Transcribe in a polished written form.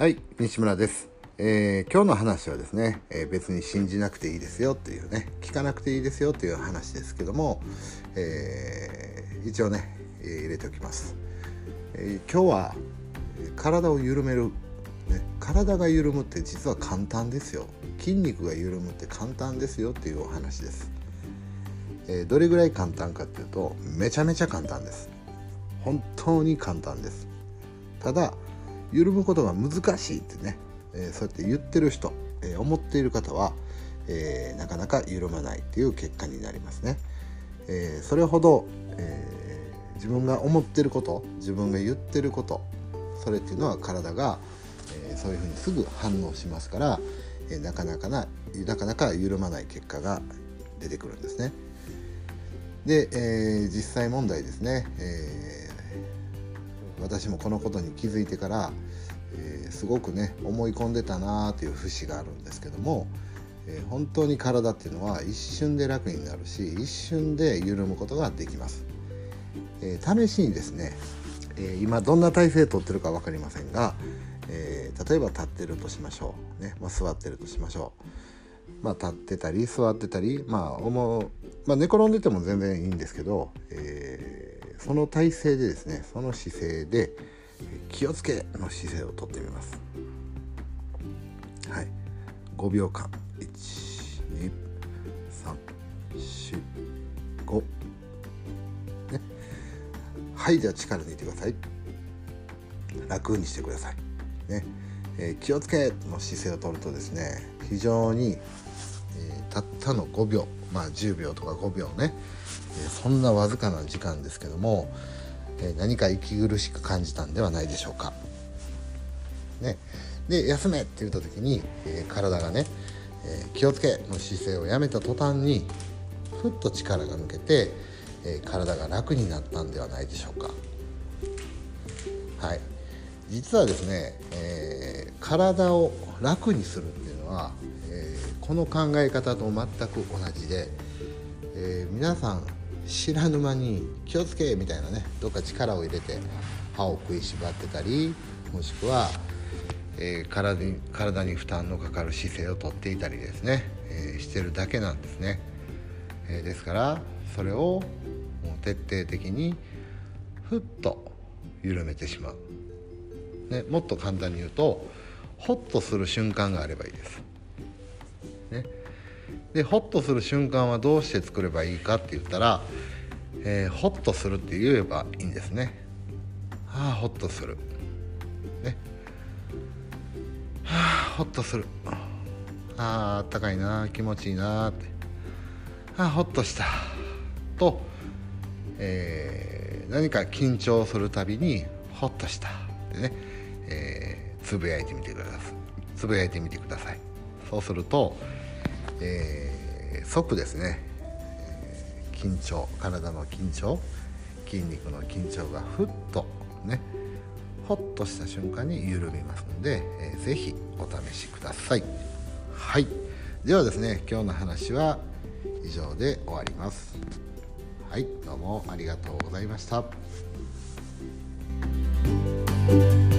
はい、西村です。今日の話はですね、別に信じなくていいですよっていうね、聞かなくていいですよという話ですけども、一応ね、入れておきます。今日は体を緩める、体が緩むって実は簡単ですよ。筋肉が緩むって簡単ですよっていうお話です。どれぐらい簡単かっていうと、めちゃめちゃ簡単です。本当に簡単です。ただ緩むことが難しいってね、そうやって言ってる人、思っている方は、なかなか緩まないっていう結果になりますね。それほど、自分が思ってること、自分が言ってること、それっていうのは体が、そういうふうにすぐ反応しますから、なかなか緩まない結果が出てくるんですね。で、実際問題ですね、私もこのことに気づいてから、すごくね思い込んでたなという節があるんですけども、本当に体っていうのは一瞬で楽になるし、一瞬で緩むことができます。試しにですね、今どんな体勢とってるか分かりませんが、例えば立ってるとしましょう、ね、座ってるとしましょう。立ってたり座ってたり、寝転んでても全然いいんですけど、その体勢でですね、その姿勢で気をつけの姿勢をとってみます。はい、5秒間 1,2,3,4,5 ね。はい、じゃあ力抜いてください。楽にしてくださいね。気をつけの姿勢をとるとですね、非常に、たったの5秒、10秒とか5秒ね、そんなわずかな時間ですけども、何か息苦しく感じたんではないでしょうか、ね。で、休めって言った時に、体がね、気をつけの姿勢をやめた途端にふっと力が抜けて、体が楽になったんではないでしょうか。はい、実はですね、体を楽にするっていうのは、この考え方と全く同じで、皆さん知らぬ間に気をつけみたいなね、どっか力を入れて歯を食いしばってたり、もしくは、体に負担のかかる姿勢をとっていたりですね、してるだけなんですね。ですからそれをもう徹底的にふっと緩めてしまう、ね。もっと簡単に言うと、ホッとする瞬間があればいいです、ね。で、ホッとする瞬間はどうして作ればいいかって言ったら、ホッとするって言えばいいんですね。ホッとする、ね。ホッとする、あったかいな、気持ちいいなって、ホッとしたと、何か緊張するたびにホッとしたってね、つぶやいてみてください。そうすると、即ですね、体の緊張、筋肉の緊張がふっとね、ホッとした瞬間に緩みますので、ぜひお試しください。はい、ではですね、今日の話は以上で終わります。はい、どうもありがとうございました。